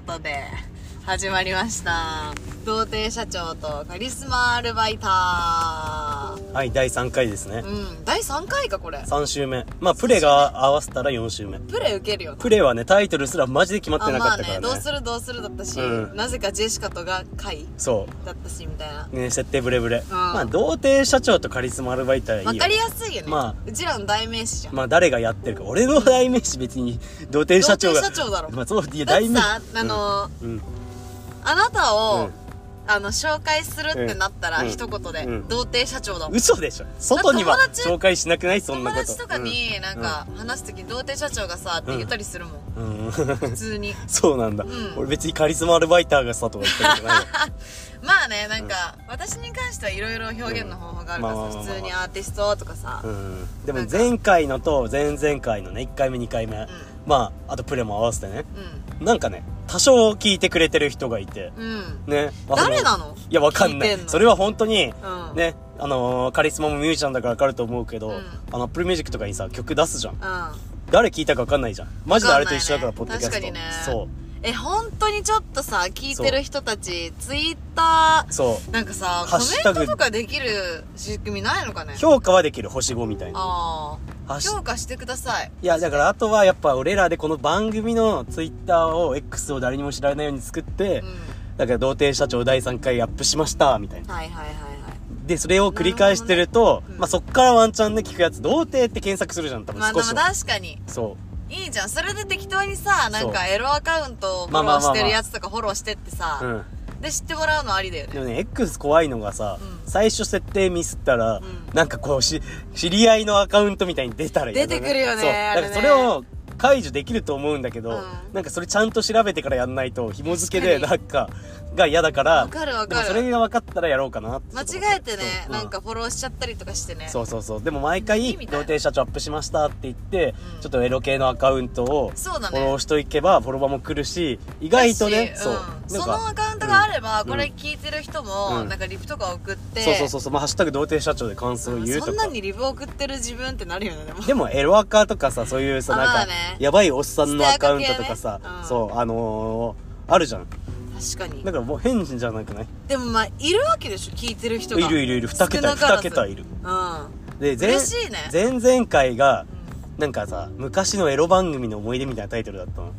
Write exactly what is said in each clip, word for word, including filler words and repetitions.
ことで始まりました童貞社長とカリスマアルバイター。 はい、だいさんかいですね。 うん、だいさんかいかこれ。 さん週目。まあプレが合わせたらよん週目。 プレ受けるよな。 プレはね、タイトルすらマジで決まってなかったからね。 あ、まあね、どうするどうするだったし、 うん、 なぜかジェシカとが会そうだったしみたいなね、設定ブレブレ、 うん、 まあ童貞社長とカリスマアルバイターいいよ。 わかりやすいよね。 まあうちらの代名詞じゃん。 まあ誰がやってるか。俺の代名詞別に童貞社長が童貞社長だろ。 まあそういやだって代名詞さ、あのーうん、うん、 あなたを、 うん、 あの紹介するってなったら、 うん、 一言で、 うん、 童貞社長だもん。 嘘でしょ。外には紹介しなくない？そんなこと友達とかになんか話すときに童貞社長がさって言ったりするもん、 うん、 普通にそうなんだ、 うん、 俺別にカリスマアルバイターがさとか言ったことないよまあね、なんか、うん、私に関してはいろいろ表現の方法があるからさ、うん、普通にアーティストとかさ、 うん、でも前回のと前々回のねいっかいめにかいめ、うん、まああとプレも合わせてね、うん、なんかね多少聞いてくれてる人がいて、うん、ね、 誰なの？ いやわかんない。それは本当に、うん、ね、あのー、カリスマもミュージシャンだからわかると思うけど、うん、あの Apple Music とかにさ曲出すじゃん、うん、誰聞いたかわかんないじゃん。マジであれと一緒だから、ね、ポッドキャスト。確かにね。そう。 え、本当にちょっとさ、聞いてる人たち、ツイッター、そう。なんかさ、コメントとかできる仕組みないのかね？ 評価はできる、星ごみたいな。 ああ。評価してください。 いや、だからあとはやっぱ俺らでこの番組のツイッターを X を誰にも知られないように作って、うん、だから童貞社長だいさんかいアップしましたみたいな。はいはいはいはい。でそれを繰り返してると、ね、うん、まあそっからワンチャンで聞くやつ、童貞って検索するじゃん、多分少しは。まあでも確かに。 そう。 いいじゃん。それで適当にさ、なんかエロアカウントをフォローしてるやつとかフォローしてってさ、うん、で知ってもらうのありだよね。 でもね X 怖いのがさ、うん、最初設定ミスったら、うん、なんかこうし知り合いのアカウントみたいに出たら嫌だね。出てくるよね。 そうだからそれを解除できると思うんだけど、うん、なんかそれちゃんと調べてからやんないと紐付けでなんかが嫌だから、 わかるわかる。 でもそれが分かったらやろうかなって。 間違えてね、うん、なんかフォローしちゃったりとかしてね。 そうそうそう。でも毎回童貞社長アップしましたって言って、うん、ちょっとエロ系のアカウントをフォローしといけばフォロワーも来るし、意外とね、そう、 うん、そのアカウントがあれば、うん、これ聞いてる人も、うん、なんかリプとか送って、 そうそうそうそう、まあハッシュタグ童貞社長で感想を言うとか、 そんなにリプ送ってる自分ってなるよね。でもでもエロアカとかさ、そういうさ、なんか、ね、やばいおっさんのアカウントとかさ、ね、うん、そうあのー、あるじゃん。 確かに。 だからもう変じゃなくない？ でもまあいるわけでしょ、聞いてる人が。 いるいるいる、二桁二桁いる。 うん。 で嬉しいね。 前々回が、うん、なんかさ昔のエロ番組の思い出みたいなタイトルだったの。うん、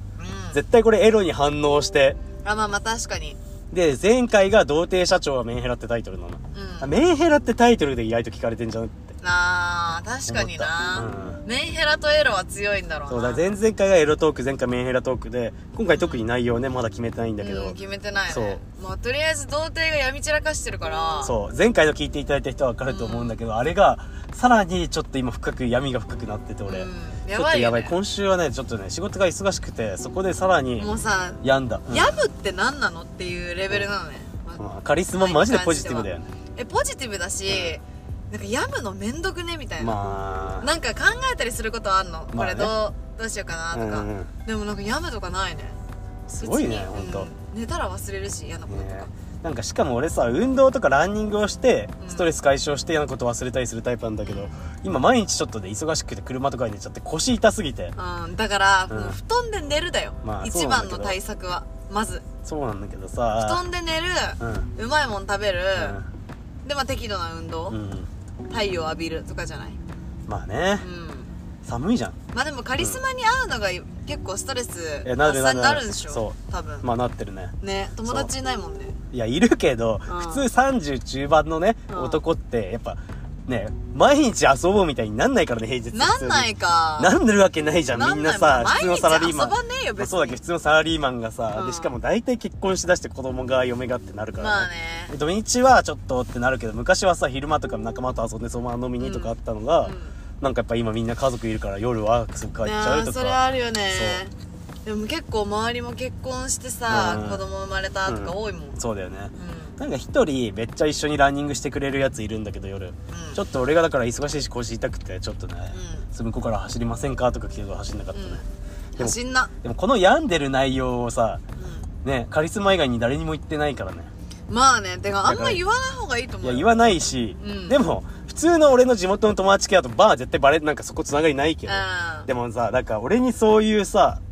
絶対これエロに反応して。 あ、まあまあ確かに。 で前回が童貞社長はメンヘラってタイトルなの。うん、メンヘラってタイトルで意外と聞かれてんじゃんって。 あー、確かにな、うん、メンヘラとエロは強いんだろうな。 そうだ、前々回がエロトーク、前回メンヘラトークで、今回特に内容ね、まだ決めてないんだけど、 うん、決めてないね。そう、まあとりあえず童貞が闇散らかしてるから、 そう前回の聞いていただいた人は分かると思うんだけど、うん、あれがさらにちょっと今深く闇が深くなってて、俺、うん、やばいよね、ちょっとやばい。今週はねちょっとね仕事が忙しくて、そこでさらにもうさ病んだ、 うん、病むって何なのっていうレベルなのね、 うんまあ、カリスママジでポジティブだよね。 えポジティブだし、うん、なんか病むのめんどくねみたいな、 まあ、 なんか考えたりすることあんの、まあね、これどうどうしようかなとか、うんうん、でもなんか病むとかないね。 すごいね、ほんと、 うん、寝たら忘れるし嫌なこととか、ね、 なんかしかも俺さ運動とかランニングをしてストレス解消して嫌なこと忘れたりするタイプなんだけど、うん、今毎日ちょっとで忙しくて車とかに寝ちゃって腰痛すぎて、 うん、だから、うん、もう布団で寝るだよ、まあ、一番の対策はまずそうなんだけどさ、 布団で寝る、うん、うまいもん食べる、うん、でまあ適度な運動、うん、太陽浴びるとかじゃない。 まあね、うん寒いじゃん。 まあでもカリスマに会うのが結構ストレス発散になるんでしょ。そう多分。 まあなってるね。 ね、友達いないもんね。 いやいるけど、うん、普通さんじゅう中盤のね、うん、男ってやっぱね毎日遊ぼうみたいになんないからね、平日。 なんないか。 なんでるわけないじゃん、みんなさ、普通のサラリーマン。 毎日遊ばねえよ別に。 そうだけど普通のサラリーマンがさ、うん、でしかも大体結婚しだして子供が嫁がってなるからね。 まあね。 土日はちょっとってなるけど、昔はさ昼間とか仲間と遊んでそのまま飲みにとかあったのが。うんうん、なんかやっぱ今みんな家族いるから夜はすぐ帰っちゃうとか。 それあるよね。でも結構周りも結婚してさ、うん、子供生まれたとか多いもん、うん、 そうだよね、うん、なんか一人めっちゃ一緒にランニングしてくれるやついるんだけど夜、うん、ちょっと俺がだから忙しいし腰痛くてちょっとね、うん、すぐここから走りませんかとか聞けど走んなかったね、 うん、でも走んな。 でもこの病んでる内容をさ、うん、ねカリスマ以外に誰にも言ってないからね。 まあね、てかあんま言わない方がいいと思うよ。 いや言わないし、うん、でも普通の俺の地元の友達系だとバー絶対バレなんかそこつながりないけど、でもさなんか俺にそういうさ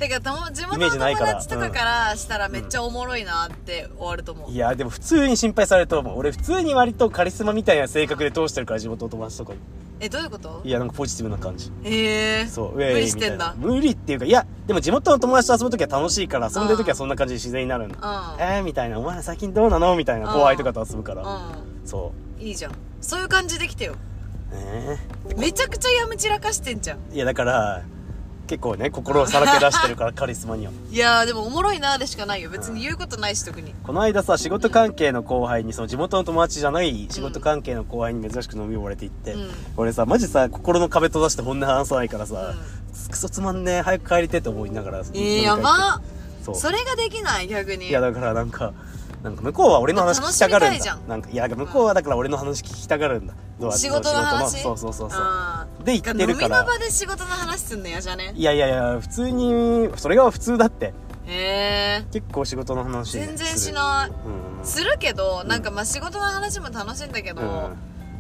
てか地元の友達とかからしたらめっちゃおもろいなって終わると思う、うん、 いやでも普通に心配されると思う。俺普通に割とカリスマみたいな性格で通してるから、地元の友達とかに。 え、どういうこと？ いやなんかポジティブな感じ。 へえー、 そう、 無理してんだ。 無理っていうか、いやでも地元の友達と遊ぶときは楽しいから、遊んでるときはそんな感じで自然になるんだ。えーみたいな、お前最近どうなのみたいな、後輩とかと遊ぶから。そういいじゃん、そういう感じできてよ。 えー、 めちゃくちゃやむ散らかしてんじゃん。 いやだから結構ね、心をさらけ出してるからカリスマには。 いやーでもおもろいなーでしかないよ。別に言うことないし、特に。 この間さ、仕事関係の後輩に、その地元の友達じゃない仕事関係の後輩に珍しく飲み呼ばれて行って、うん、俺さマジさ心の壁閉ざして本音話さないからさ、うん、クソつまんねえ、早く帰りてって思いながら。えー、やば。そう、それができない逆に。 いやだからなんかなんか向こうは俺の話聞きたがるんだ。なんかいや向こうはだから俺の話聞きたがるんだ。 仕事の話。 そうそうそうそう。で言ってるから。飲みの場で仕事の話すんの嫌じゃね？ いやいやいや、普通にそれが普通だって。 へえ。 結構仕事の話全然しない。うん、するけど、なんかまあ仕事の話も楽しいんだけど、うん、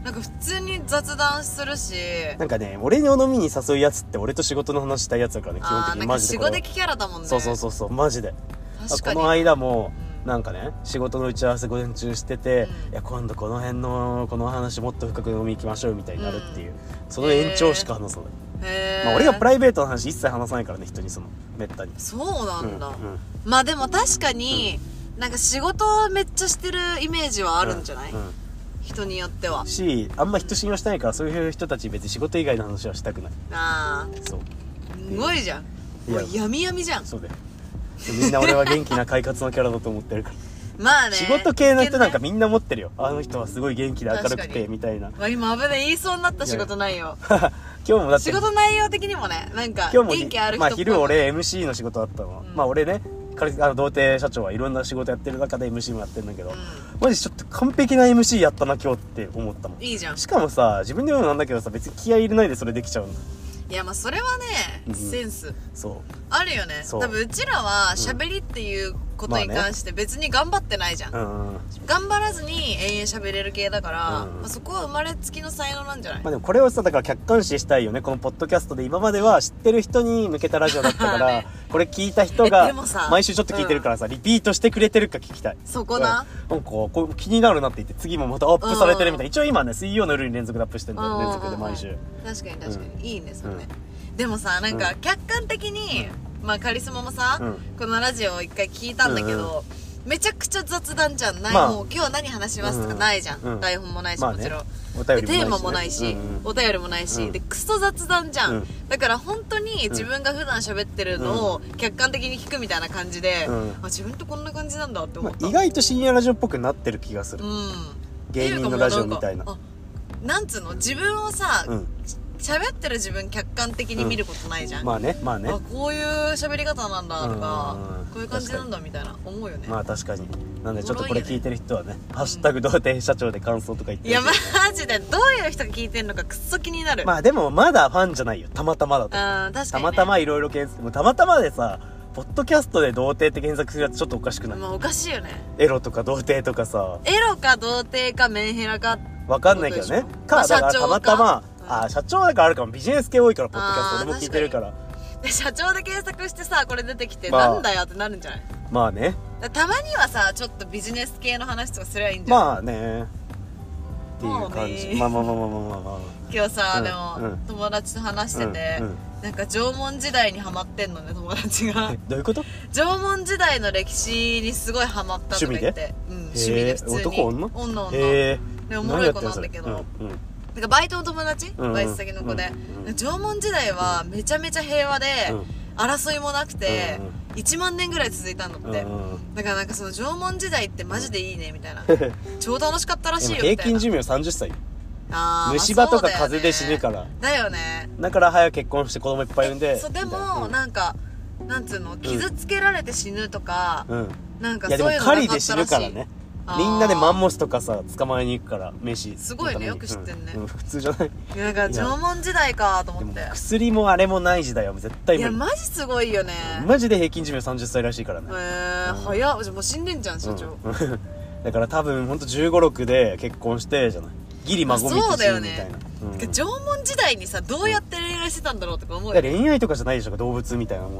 なんか普通に雑談するし。 なんかね、俺の飲みに誘うやつって俺と仕事の話したいやつだからね、基本的にマジで。 なんか仕事的キャラだもんね。 そうそうそうそう、マジで。 確かに。 この間も。なんかね、仕事の打ち合わせ午前中してて、うん、いや今度この辺のこの話もっと深く飲み行きましょうみたいになるっていう、うん、その延長しか話さない。 へー、 まあ、俺がプライベートの話一切話さないからね、人に、そのめったに。 そうなんだ、うんうん、まあでも確かに、うん、なんか仕事めっちゃしてるイメージはあるんじゃない、うんうん、人によっては。し、 あんま人信用してないから、そういう人たち別に仕事以外の話はしたくない。 ああ、 そう、 すごいじゃん。もう闇闇じゃん。 そうだよ。みんな俺は元気な快活のキャラだと思ってるから。 まあね、 仕事系の人なんかみんな持ってるよ。あの人はすごい元気で明るくてみたいな。 まあ、今危ない言いそうになった仕事内容。 今日もだって仕事内容的にもね、なんか元気ある人っぽい。 まあ昼俺 エムシー の仕事だったの、うん、まあ俺ね、あの童貞社長はいろんな仕事やってる中で エムシー もやってるんだけど、うん、マジちょっと完璧な エムシー やったな今日って思ったもん。 いいじゃん。 しかもさ、自分で言うのなんだけどさ、別に気合い入れないでそれできちゃうんだ。 いやまあそれはね、うん、センスそうあるよね。多分うちらは喋りっていうことに関して別に頑張ってないじゃん、まあね、うんうん、頑張らずに延々喋れる系だから、うんまあ、そこは生まれつきの才能なんじゃない？ まあでもこれをさ、だから客観視したいよね。このポッドキャストで今までは知ってる人に向けたラジオだったから、ね、これ聞いた人が毎週ちょっと聞いてるからさ、うん、リピートしてくれてるか聞きたい。 そこな、 うん、なんかこう気になるなって言って次もまたアップされてるみたいな、うん、一応今ね水曜の夜に連続でアップしてるんだよ、うん、連続で毎週。 確かに確かに、うん、いいねそれね、うん、でもさ、なんか客観的に、うん、まあカリスマもさ、うん、このラジオを一回聞いたんだけど、うん、めちゃくちゃ雑談じゃんない、まあ、もう今日何話しますとかないじゃん、うん、台本もないし、まあね、もちろんお便りもないし、ね、テーマもないし、うんうん、お便りもないし、うん、でクソ雑談じゃん、うん、だから本当に自分が普段喋ってるのを客観的に聞くみたいな感じで、うん、あ自分ってこんな感じなんだって思った、 まあ、意外と深夜ラジオっぽくなってる気がする、うん、芸人のラジオみたいな。 あなんつうの、自分をさ、うん喋ってる自分客観的に見ることないじゃん、 うん、まあねまあね、 あこういう喋り方なんだとか、うん、こういう感じなんだみたいな思うよね。 まあ確かに。なんでちょっとこれ聞いてる人はね、ねハッシュタグ童貞社長で感想とか言ってる、 いやマジでどういう人が聞いてんのかくっそ気になる。 まあでもまだファンじゃないよ、たまたまだと。 あ確かに、ね、 たまたまいろいろ検索、たまたまでさポッドキャストで童貞って検索するやつちょっとおかしくない？ まあおかしいよね。 エロとか童貞とかさ、 エロか童貞かメンヘラかわかんないけどね、か、まあ、だからたまたまあ社長だからあるかも。ビジネス系多いからポッドキャスト俺も聞いてるから。 で社長で検索してさこれ出てきて、まあ、なんだよってなるんじゃない？ まあね、 たまにはさちょっとビジネス系の話とかすればいいんじゃない？ まあねっていう感じ。まあまあまあまあまあまあ、まあ、 今日さ、うん、でも、うん、友達と話してて、うんうん、なんか縄文時代にハマってんのね友達が。 どういうこと？ 縄文時代の歴史にすごいハマったとか言って、うん、趣味で普通に。 男女？ 女女でおもろい子なんだけど、なんかバイトの友達、うん、バイト先の子で、うん、縄文時代はめちゃめちゃ平和で、うん、争いもなくて、うん、いちまんねんぐらい続いたんだって、うん、だからなんかその縄文時代ってマジでいいねみたいな超楽しかったらしいよみたいな。 平均寿命さんじゅっさい。 あ虫歯とか風邪で死ぬから。 だよね。 だから早く結婚して子供いっぱい産んで。 そうでも、うん、なんかなんつうの傷つけられて死ぬとか、うん、なんかそういうのなかったらしい。いやでも狩りで死ぬからね。みんなでマンモスとかさ捕まえに行くから飯。 すごいね、よく知ってんね、 うんうん、普通じゃない。 いやなんか縄文時代かと思って。 薬もあれもない時代は絶対無理。 いやマジすごいよね。 マジで平均寿命さんじゅっさいらしいからね。へえ、うん、早っ。じゃもう死んでんじゃん社長、うん、 だから多分ほんとじゅうご、ろくで結婚してじゃない、ギリ孫みつ死ぬみたいな。そうだよね、うん、縄文時代にさどうやって恋愛してたんだろうとか思うよ、ね、 恋愛とかじゃないでしょ、動物みたいなもんだか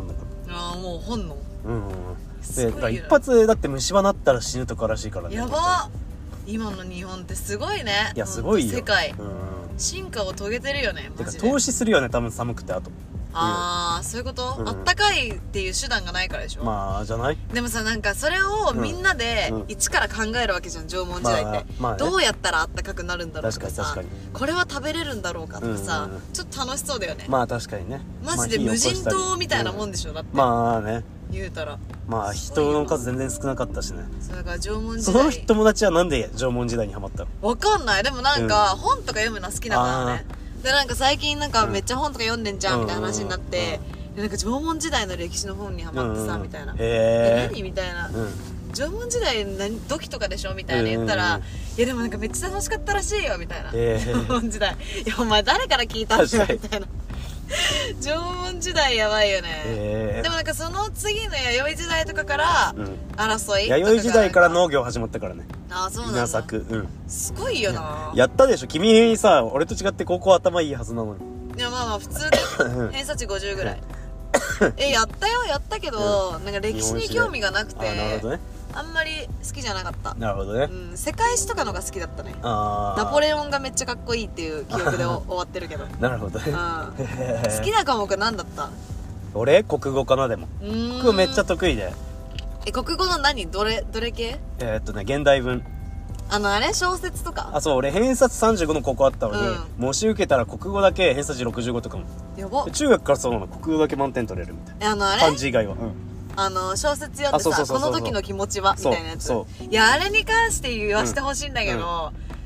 ああもう本能。 うんうんでだ一発だって虫歯なったら死ぬとからしいからね。 やば今の日本ってすごいね。 いやすごいよ世界、 うん、 進化を遂げてるよねマジで。 てか投資するよね多分寒くてあと。 ああそういうこと、うん、あったかいっていう手段がないからでしょ。 まあじゃない。でもさなんかそれをみんなで一から考えるわけじゃん、縄文時代って、まあまあね、どうやったらあったかくなるんだろうとかさ、確かに確かにこれは食べれるんだろうかとかさ、うんうん、ちょっと楽しそうだよね。まあ確かにねマジで無人島みたいなもんでしょ、うん、だってまあね言うたらまあ人の数全然少なかったしね。 それから縄文時代その友達はなんで縄文時代にハマったの？ わかんない。でもなんか、うん、本とか読むの好きだからね。でなんか最近なんかめっちゃ本とか読んでんじゃんみたいな話になって、でなんか縄文時代の歴史の本にハマってさ、みたいな。え何みたいな、うん、縄文時代何土器とかでしょみたいな言ったら、いやでもなんかめっちゃ楽しかったらしいよみたいな、えー、縄文時代いやお前誰から聞いたんだよみたいな縄文時代やばいよね、えー、でもなんかその次の弥生時代とかから争い、うん、 弥生時代から農業始まったからね。 ああそうなんだ。稲作、うん、 すごいよな。 や, やったでしょ君さ。俺と違って高校頭いいはずなのに。 いやまあまあ普通で偏差値ごじゅうぐらいえやったよやったけど、うん、なんか歴史に興味がなくて、あ、なるほどね、あんまり好きじゃなかった。 なるほどね、 うん、世界史とかのが好きだったね。あナポレオンがめっちゃかっこいいっていう記憶で終わってるけどなるほどね、うん、 好きな科目何だった？ 俺国語かな。でも国語めっちゃ得意で。 え国語の何どれどれ系？ えー、っとね現代文。 あのあれ小説とか。 あそう俺偏差値さんじゅうごの高校あったのに、うん、模試受けたら国語だけ偏差値ろくじゅうごとかも。やば。中学からそうなの国語だけ満点取れるみたいな。 あのあれ漢字以外は、うん、あの小説読んでさこの時の気持ちはみたいなやつ。そうそういやあれに関して言わせてほしいんだけど、うん、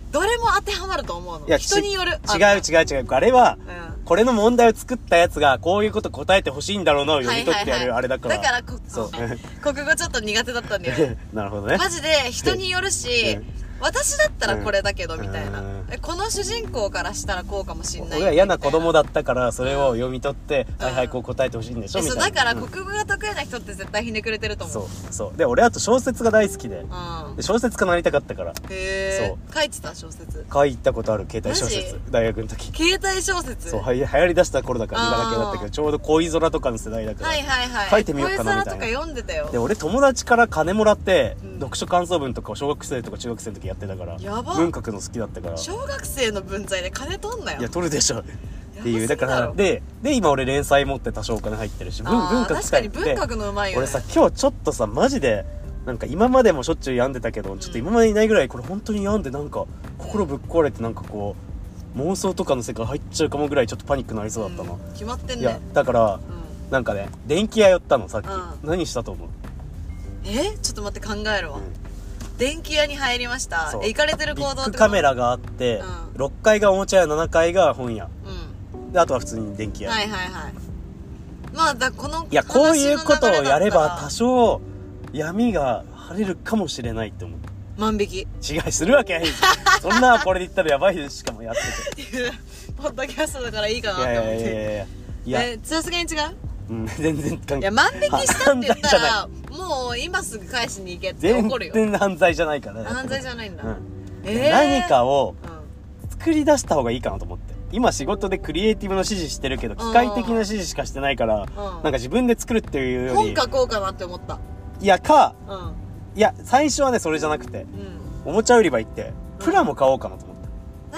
どれも当てはまると思うの。いや人による。違う違う違うあれは、うん、これの問題を作ったやつがこういうこと答えてほしいんだろうなを読み取ってやるあれだから。 だからこそう国語ちょっと苦手だったんだよねなるほどね。 マジで人によるし、うん私だったらこれだけどみたいな、うん、この主人公からしたらこうかもしんない。 俺は嫌な子供だったからそれを読み取って、うん、はいはいこう答えてほしいんでしょみたいな。 そうだから国語が得意な人って絶対ひねくれてると思う。 そうそうで俺あと小説が大好きで、うん、で小説家なりたかったから。へえそう書いてた小説。 書いたことある携帯小説大学の時。 携帯小説そうは流行りだした頃だから見ただけだったけどちょうど恋空とかの世代だから、はいはいはい、書いてみようかなみたいな。 恋空とか読んでたよ。 で俺友達から金もらって、うん、読書感想文とかを小学生とか中学生の時やってたから。やば文書くの好きだったから。 小学生の文在で金取んなよ。 いや取るでしょっていう。だからでで今俺連載持って多少お金入ってるし 文, 文学使って。 確かに文学のうまいよね。 俺さ今日ちょっとさマジでなんか今までもしょっちゅう病んでたけど、うん、ちょっと今までいないぐらいこれ本当に病んでなんか心ぶっ壊れてなんかこう妄想とかの世界入っちゃうかもぐらいちょっとパニックになりそうだったの、 うん、決まってんね。 いやだから、うん、なんかね電気屋寄ったのさっき、うん、何したと思う？ えちょっと待って考えるわ、うん電気屋に入りました。え行かれてる行動ってこと？ ビッグカメラがあって、うん、ろっかいがおもちゃ屋ななかいが本屋、うん、であとは普通に電気屋。はいはいはい。 まあだこのいやこういうことをやれば多少闇が晴れるかもしれないって思う。 万引き違いするわけないそんなこれで言ったらやばいです。しかもやっててポッドキャストだからいいかなって思って。いやいやいやいやいやえさすがに違う？ うん、全然関係ない。 いや万引きしたって言ったらもう今すぐ返しに行けって怒るよ。 全然犯罪じゃないからね。 犯罪じゃないんだ、うんえー、何かを作り出した方がいいかなと思って。今仕事でクリエイティブの指示してるけど機械的な指示しかしてないから、うん、なんか自分で作るっていうより本書こうかなって思った。 いやか、うん、いや最初はねそれじゃなくて、うん、おもちゃ売り場行ってプラも買おうかなと思った、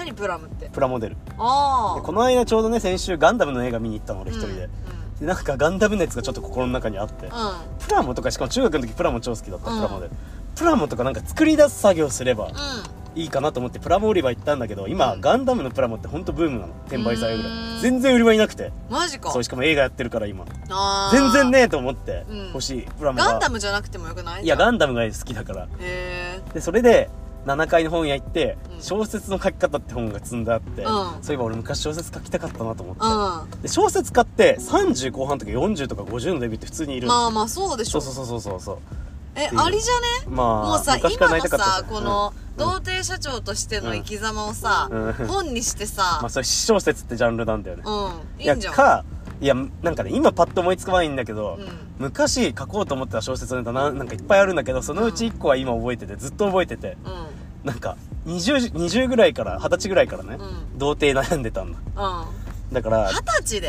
うん、何プラムって？ プラモデル。あこの間ちょうどね先週ガンダムの映画見に行ったの俺一人で、うんうんでなんかガンダム熱がちょっと心の中にあって、うん、プラモとかしかも中学の時プラモ超好きだった、うん、プラモでプラモとかなんか作り出す作業すればいいかなと思ってプラモ売り場行ったんだけど今、うん、ガンダムのプラモってほんとブームなの。転売されるぐらい全然売り場いなくて。 マジか。 そうしかも映画やってるから今全然ねえと思って、うん、欲しいプラモが。 ガンダムじゃなくてもよくない？ いやガンダムが好きだから。へーでそれでななかいの本屋行って、うん、小説の書き方って本が積んであって、うん、そういえば俺昔小説書きたかったなと思って、うん、で小説家ってさんじゅう後半とかよんじゅうとかごじゅうのデビューって普通にいる。 まあまあそうでしょ。 そうそうそうそうそう。 えありじゃね。まあもうさ今のさこの童貞社長としての生き様をさ、うん、本にしてさまあそれ私小説ってジャンルなんだよね。 うんいいんじゃん。 いやかいやなんかね今パッと思いつかないんだけど、うん、昔書こうと思った小説のネタななんかいっぱいあるんだけどそのうちいっこは今覚えててずっと覚えてて、うんなんかにじゅう、にじゅうぐらいからはたちぐらいからね、うん、童貞悩んでたんだ、うん、だからはたちでう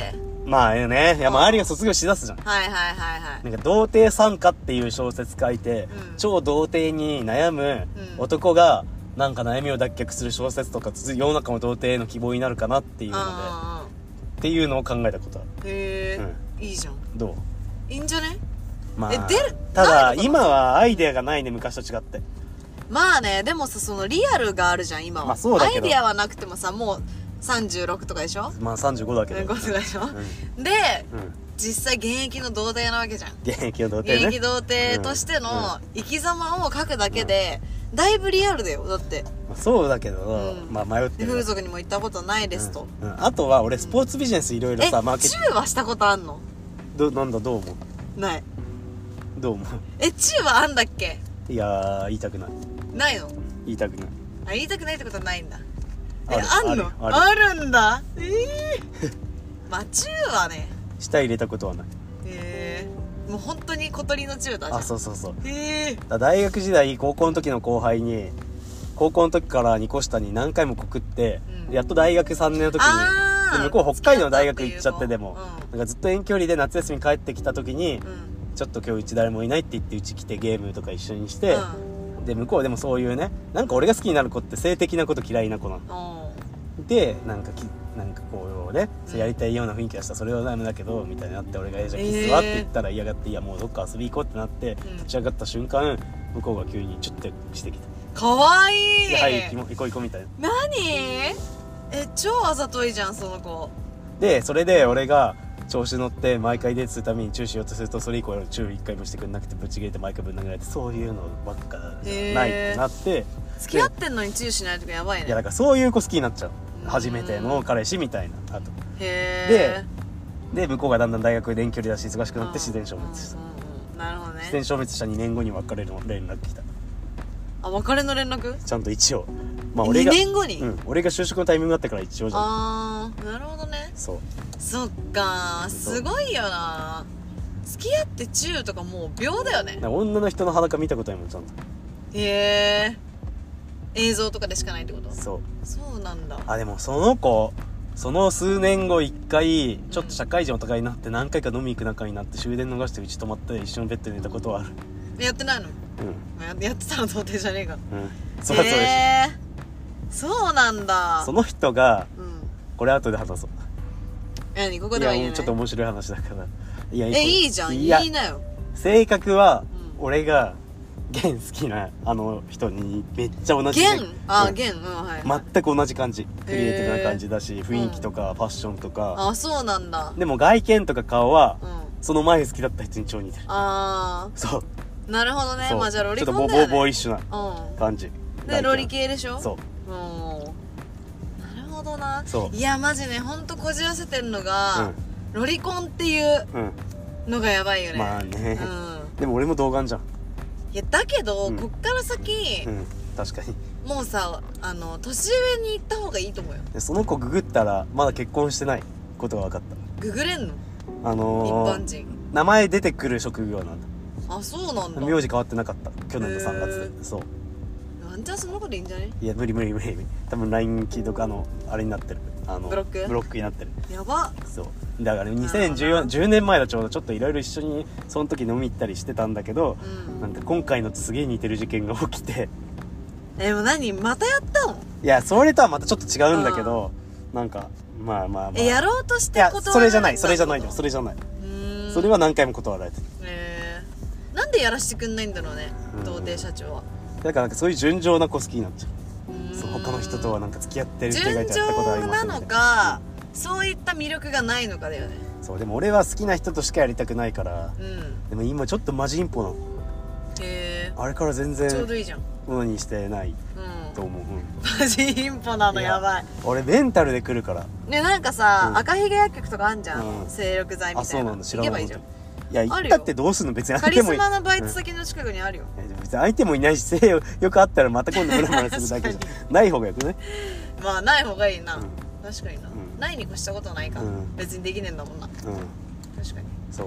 まあね、いや周りが卒業しだすじゃん。 はいはいはいはい。 なんか童貞参加っていう小説書いて、うん、超童貞に悩む男がなんか悩みを脱却する小説とか、世の中の童貞への希望になるかなっていうので、っていうのを考えたことある。 へえ、うん、いいじゃん。 どういいんじゃね。 まあ、え出るただ今はアイデアがないね、昔と違って。 まあね、でもさ、そのリアルがあるじゃん今は。まあそうだけど、アイデアはなくてもさ、もうさんじゅうろくとかでしょ。 まあさんじゅうごだけどごとかでしょ、うん、で、うん、実際現役の童貞なわけじゃん。 現役の童貞ね。 現役童貞としての生き様を書くだけで、うん、だいぶリアルだよ。だってそうだけど、うん、まあ迷ってる。 風俗にも行ったことないですと、 うんうん、あとは俺スポーツビジネスいろいろさ、 マーケット。チューはしたことあんの？ ど、なんだどう思う？ ない。 どう思う？ え、チューはあんだっけ？ いやー、言いたくない。 ないの？ 言いたくない。 あ、言いたくないってことはないんだ。え、あんの？ある、あるんだ。ええー、まあチューはね、 舌入れたことはない。 へえー、もう本当に小鳥のチューだじゃん。 あ、そうそうそう。 へえー、 大学時代高校の時の後輩に、高校の時からにこ下に何回も告って、うん、やっと大学さんねんの時に、で向こう北海道の大学行っちゃって、でも、うん、なんかずっと遠距離で夏休み帰ってきた時に、うん、ちょっと今日うち誰もいないって言ってうち来てゲームとか一緒にして、うん、で向こうでもそういうね、なんか俺が好きになる子って性的なこと嫌いな子なの、うん、でなんかきなんかこうね、うん、やりたいような雰囲気がしたらそれはダメだけどみたいになって、俺がえじゃあキスはって言ったら嫌がって、いやもうどっか遊び行こうってなって、うん、立ち上がった瞬間向こうが急にチュッてしてきた。 かわいい。 はい行こう行こうみたいな。 何？え、超あざといじゃんその子で。それで俺が調子乗って毎回デートするためにチューしようとすると、それ以降チュー一回もしてくれなくてぶち切れて毎回ぶん殴られて、そういうのばっかじゃないってなって、 付き合ってんのにチューしないとかやばいね。 いやだからそういう子好きになっちゃう、初めての彼氏みたいな。あとへでで向こうがだんだん大学で遠距離だし忙しくなって自然消滅した。 なるほどね。 自然消滅したにねんごに別れるの連絡来た。 あ、別れの連絡ちゃんと一応、まあ俺がにねんごに、 うん、俺が就職のタイミングだったから一応じゃん。 あー、なるほどね。 そうそっかー、すごいよな。付き合ってチューとかもう秒だよね。 女の人の裸見たことないもんちゃんと。 へえ、映像とかでしかないってこと？ そうそうなんだ。 あ、でもその子その数年後一回ちょっと社会人お互いになって何回か飲み行く仲になって終電逃してうち泊まって一緒のベッドで寝たことはある。 やってないの？ うん、 や, やってたの童貞じゃねえか。 うん、そうそうです、 えー、そうなんだ。 その人が、うん、これ後で話そう。 何ここでは言えない？ いやちょっと面白い話だから。いやえいいじゃん、いいなよ。 性格は、うん、俺がゲン好きなあの人にめっちゃ同じ。 ゲン？あー、ゲン、うん、はい、 全く同じ感じ。クリエイティブな感じだし、雰囲気とかファッションとか、 うん、あ、そうなんだ。 でも外見とか顔は、うん、その前好きだった人に超似てる。 ああ、 そうなるほどね。まあじゃあロリコンだよね。 ちょっとボーボーイッシュな感じ、 うん、でロリ系でしょ。 そう、 うん、なるほどな。 そう、 いやマジね、ほんとこじらせてんのが、うん、ロリコンっていうのがやばいよね。 まあね、 うん、 でも俺も童顔じゃん。 いやだけど、うん、こっから先、 うん、確かにもうさ、あの年上に行った方がいいと思うよ。 でその子ググったらまだ結婚してないことが分かった。 ググれんの？ あのー、 一般人名前出てくる職業なんだ。 あ、そうなんだ。 名字変わってなかった、去年のさんがつで。そう、 ワンチャンその子でいいんじゃね？ いや無理無理無理無理。多分 ライン 既読あのあれになってる、あのブロックブロックになってる。 やば。 そうだからにせんじゅうよん、じゅうねんまえだ。ちょうどちょっといろいろ一緒にその時飲み行ったりしてたんだけど、うん、なんか今回のとすげえ似てる事件が起きて。 え、でも何またやったの？ いやそれとはまたちょっと違うんだけど、なんかまあまあまあ、 え、やろうとして断られた？いやそれじゃないそれじゃないよそれじゃない。それは何回も断られてる。 えー、なんでやらしてくんないんだろうね、童貞社長は。 だからなんかそういう純情な子好きになっちゃう。そう、他の人とはなんか付き合ってる人がいてやったことありますみたいな。 純情なのか、そういった魅力がないのかだよね。 そうでも俺は好きな人としかやりたくないから、 うん、 でも今ちょっとマジインポなの。 へー、 あれから全然ちょうどいいじゃん。 ものにしてない、うん、と思う、うん、 マジインポなのやばい。 俺メンタルで来るからね。なんかさ、うん、赤ひげ薬局とかあんじゃん、うん、精力剤みたいな。あ、そうなんだ、知らない。行けばいいじゃん。いや、行ったってどうすんの別に。 カリスマのバイト先の近くにあるよ、 うん、別に相手もいないし、性よくあったらまた今度ムラムラするだけじゃん。ない方がよくね。 まあない方がいいな、うん、確かにな、 うん、 ないに越したことないか、うん、別にできねえんだもんな、うん、確かに。 そう、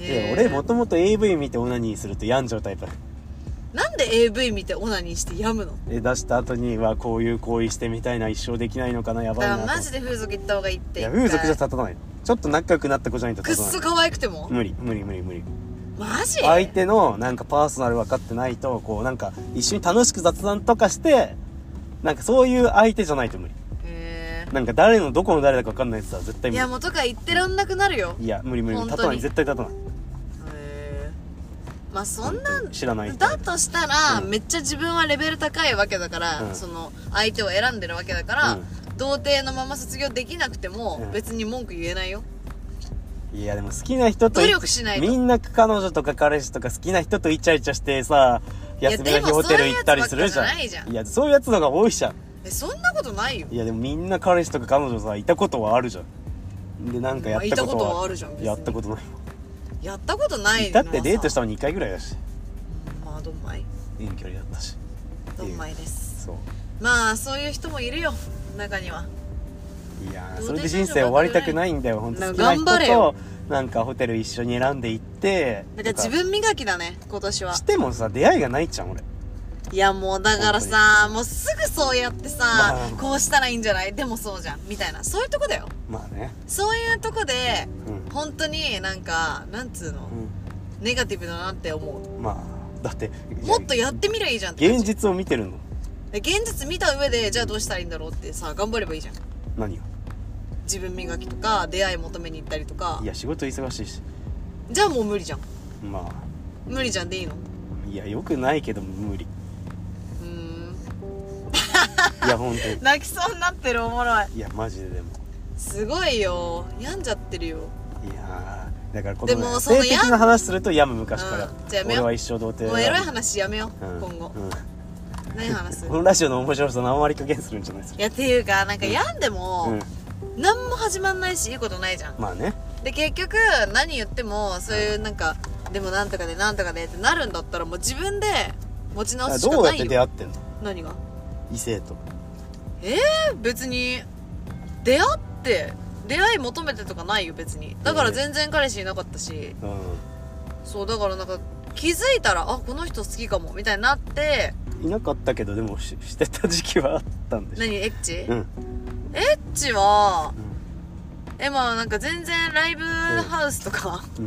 で俺もともと エーブイ 見てオナニーすると病んじゃうタイプ。 なんで エーブイ 見てオナニーして病むの？ え、出した後にはこういう行為してみたいな、一生できないのかな、やばいなと。 だからマジで風俗行った方がいいって。 いや風俗じゃ立たない。 ちょっと仲良くなった子じゃないとくっそ可愛くても無理無理無理無理。 マジ？ 相手のなんかパーソナル分かってないと、こうなんか一緒に楽しく雑談とかして、なんかそういう相手じゃないと無理。 へー。 なんか誰のどこの誰だか分かんないやつは絶対無理。 いやもうとか言ってらんなくなるよ。 いや無理無理、立たない、絶対立たない。 へー。まあそんな知らない人だとしたら、 うん、 めっちゃ自分はレベル高いわけだから、うん、その相手を選んでるわけだから、うん、童貞のまま卒業できなくても、うん、別に文句言えないよ。いやでも好きな人と努力しないと。 みんな彼女とか彼氏とか好きな人とイチャイチャしてさ、休みの日ホテル行ったりするじゃん。いやそういうやつのが多いじゃん。 えそんなことないよ。 いやでもみんな彼氏とか彼女さいたことはあるじゃん。でなんかやったことは、まあ、いたことはあるじゃん。やったことない。 やったことないのだってデートしたのにかいぐらいだし、 うん、まあどんまい遠距離だったしどんまいです。 そうまあそういう人もいるよ中には。 いやそれで人生終わりたくないんだよ。本当好きな人となんかホテル一緒に選んで行って、 なんか自分磨きだね今年は。 してもさ出会いがないじゃん俺。 いやもうだからさ、もうすぐそうやってさ、まあ、こうしたらいいんじゃない、でもそうじゃんみたいな、そういうとこだよ。 まあね、 そういうとこで、 うん、 本当になんかなんつうの、うん、ネガティブだなって思う。 まあだってもっとやってみりゃいいじゃんって。 現実を見てるの。 現実見た上でじゃあどうしたらいいんだろうってさ頑張ればいいじゃん。 何を？ 自分磨きとか出会い求めに行ったりとか。 いや仕事忙しいし。 じゃあもう無理じゃん。 まあ無理じゃんでいいの？ いやよくないけど無理。 うーんいや本当に泣きそうになってる。おもろい。 いやマジででもすごいよ、病んじゃってるよ。 いやだからこの、ね、でもその性的な話すると病む昔から、うん、 じゃあやめよう。 俺は一生童貞。 もうエロい話やめよう、うん、今後、うん、何話す？ このラジオの面白さ何割加減するんじゃないですか。 いやっていうかなんか病んでも、うん、何も始まんないしいいことないじゃん。 まあね。 で結局何言ってもそういうなんか、うん、でもなんとかでなんとかでってなるんだったらもう自分で持ち直すしかないよ。 どうやって出会ってんの？何が？ 異性と。 えー、別に出会って出会い求めてとかないよ別に。だから全然彼氏いなかったし、えーうん、そうだからなんか気づいたらあこの人好きかもみたいになって。 いなかったけどでも し, してた時期はあったんでしょ。 何エッチ？ うん、 エッチは、うん、えまあなんか全然ライブハウスとか、うん、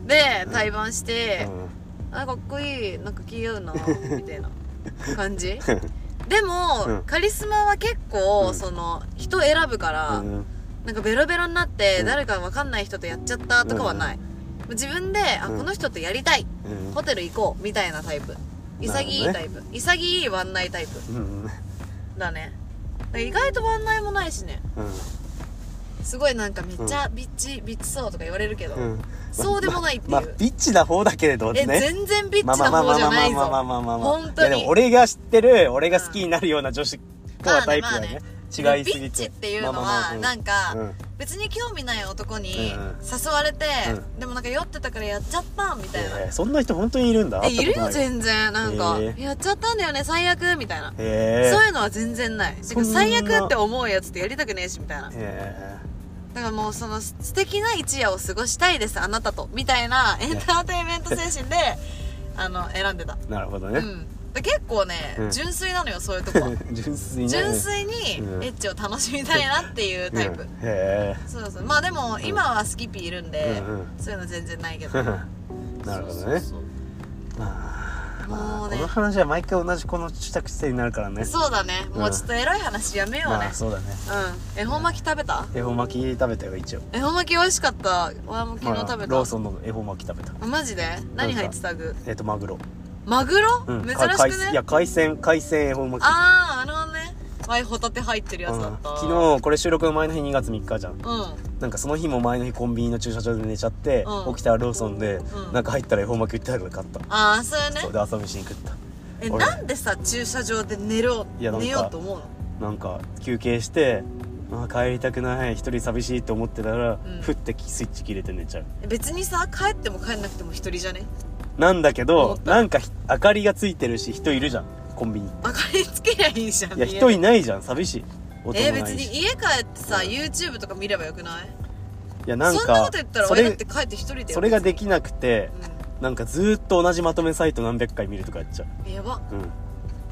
で対バンして、うん、あかっこいいなんか気合うなみたいな感じでも、うん、カリスマは結構、うん、その人選ぶから、うん、なんかベロベロになって、うん、誰か分かんない人とやっちゃったとかはない、うん、自分で、あ、この人とやりたい、うん、ホテル行こうみたいなタイプ。潔いタイプ、ね、潔いワンナイタイプ、うん、だね。意外とワンナイもないしね、うん、すごいなんかめっちゃビッチ、ビッチそうとか言われるけど、うん、そうでもないっていう、 まあまあ、ビッチな方だけれどね。 え全然ビッチな方じゃないぞ本当に。 いやでも俺が知ってる俺が好きになるような女子とはタイプだね、まあねまあね、違いすぎて。 ビッチっていうのはなんか、うん、別に興味ない男に誘われて、うんうん、でもなんか酔ってたからやっちゃったみたいな、 えー、そんな人本当にいるんだ。 えいるよ全然。なんか、えー、やっちゃったんだよね最悪みたいな、えー、そういうのは全然ない。てか最悪って思うやつってやりたくねえしみたいな、えー、だからもうその素敵な一夜を過ごしたいですあなたとみたいなエンターテインメント精神であの選んでた。 なるほどね、 うん結構ね、うん、純粋なのよそういうとこは純粋、ね、純粋にエッチを楽しみたいなっていうタイプ、うん、へーそうそうまあでも今はスキピーいるんで、うんうん、そういうの全然ないけどなるほどね。そうそうそうまあ、もうねこの話は毎回同じこの着地点になるからね。 そうだねもうちょっとエロい話やめようね、まあ、 そうだね。 うん恵方巻き食べた？ 恵方巻き食べたよ一応。恵方巻き美味しかった。俺も昨日食べた、まあ、 ローソンの恵方巻き食べた。 マジで？何入ってた具？ えっとマグロ。 マグロ、うん、珍しくね。 いや海鮮海鮮恵方巻き。 あああのね前ホタテ入ってるやつだった、うん、 昨日これ収録の前の日にがつみっかじゃん、うん、なんかその日も前の日コンビニの駐車場で寝ちゃって、うん、起きたらローソンで、うん、なんか入ったら恵方巻き売ってたから買った。 ああそうよね。 そうで朝飯に食った。 えなんでさ駐車場で寝ろ寝ようと思うの？ なんか休憩してあ帰りたくない一人寂しいと思ってたら、うん、ふってスイッチ切れて寝ちゃう。 別にさ帰っても帰んなくても一人じゃねなんだけどなんか明かりがついてるし人いるじゃんコンビニ。 明かりつけりゃいいじゃん。 いや人いないじゃん寂しい。 音もないし。えー、別に家帰ってさ、うん、YouTube とか見ればよくない？ いやなんかそんなこと言ったら俺だって帰って一人でそれができなくて、うん、なんかずーっと同じまとめサイト何百回見るとかやっちゃう。 やば、うん、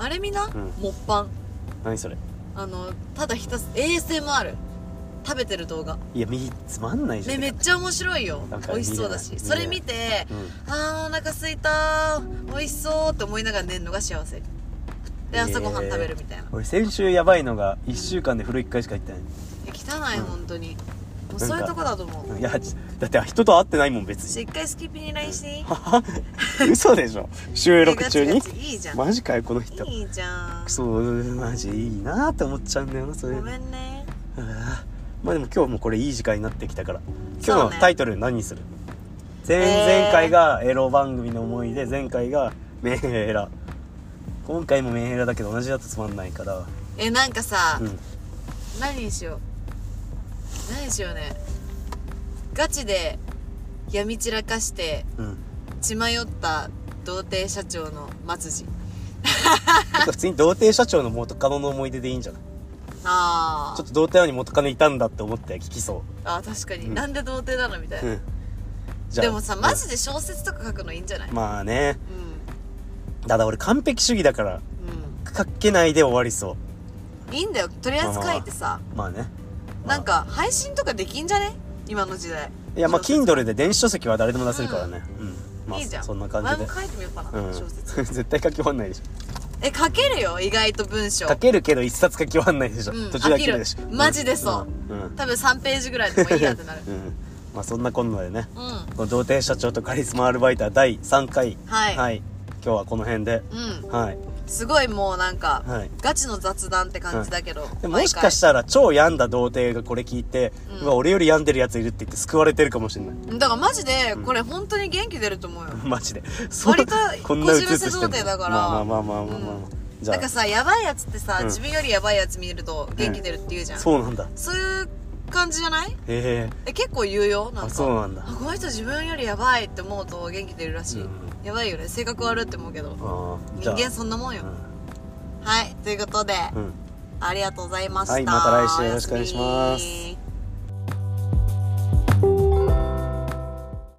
あれ見な、うん、モッパン。 何それ？ あのただひたす エーエスエムアール食べてる動画。 いやみつまんないじゃん。 ね、めっちゃ面白いよ。美味しそうだし、それ見て、うん、あーお腹すいたー美味しそうって思いながら寝るのが幸せで、朝ごはん食べるみたいな。 俺先週やばいのがいっしゅうかんで風呂いっかいしか行ってない。 汚い、うん、本当にもうそういうとこだと思う。 いやだって人と会ってないもん別に。 一回スキピに ライン していい？ 嘘でしょ。収録中にガチガチいいじゃん。 マジかよこの人。 いいじゃん。 そうマジいいなって思っちゃうんだよなそれ。 ごめんね。 まあでも今日もこれいい時間になってきたから、今日のタイトル何にする？前々回がエロ番組の思い出、前回がメンヘラ、今回もメンヘラだけど同じだとつまんないから。 えなんかさ、 うん、 何にしよう何にしようね。ガチで闇散らかして、うん、血迷った童貞社長の末路普通に童貞社長の元カノの思い出でいいんじゃない？ ああちょっと童貞に元カノいたんだって思って聞きそう。 ああ確かに、うん、なんで童貞なのみたいな、うん、でもさマジで小説とか書くのいいんじゃない？まあね、うん、ただ俺完璧主義だから、うん、書けないで終わりそう。 いいんだよとりあえず書いてさ。 まあね、 まあ、なんか配信とかできんじゃね今の時代。 いやまあ Kindle で電子書籍は誰でも出せるからね、うん、うん、まあ、 いいじゃん。 そんな感じで前も書いてみようかな、うん、小説絶対書き終わんないでしょ。 え書けるよ意外と文章書けるけど一冊書き終わんないでしょ、うん、途中で飽きるでしょ。 マジでそう、うんうん、多分さんページぐらいでもいいやってなる、うん、 まあそんなこんなでね、うん、この童貞社長とカリスマアルバイターだいさんかい、はい、はい、今日はこの辺で、うん、はい、すごいもうなんか、はい、ガチの雑談って感じだけど、はい、 でもしかしたら超病んだ童貞がこれ聞いて、うん、うわ俺より病んでるやついるって言って救われてるかもしれない。 だからマジでこれ本当に元気出ると思うよ、うん、 マジで割とこじるせ童貞だから。 まあまあまあまあまあまあ、うん、じゃあなんかさヤバいやつってさ、うん、自分よりヤバいやつ見ると元気出るって言うじゃん、うん、 そうなんだ。 そういう感じじゃない？ へえ結構言うよ。なんかあそうなんだ。 あこの人自分よりヤバいって思うと元気出るらしい、うん、やばいよね。性格悪いって思うけど人間そんなもんよ、うん、はいということで、うん、ありがとうございました。 はいまた来週よろしくお願いします。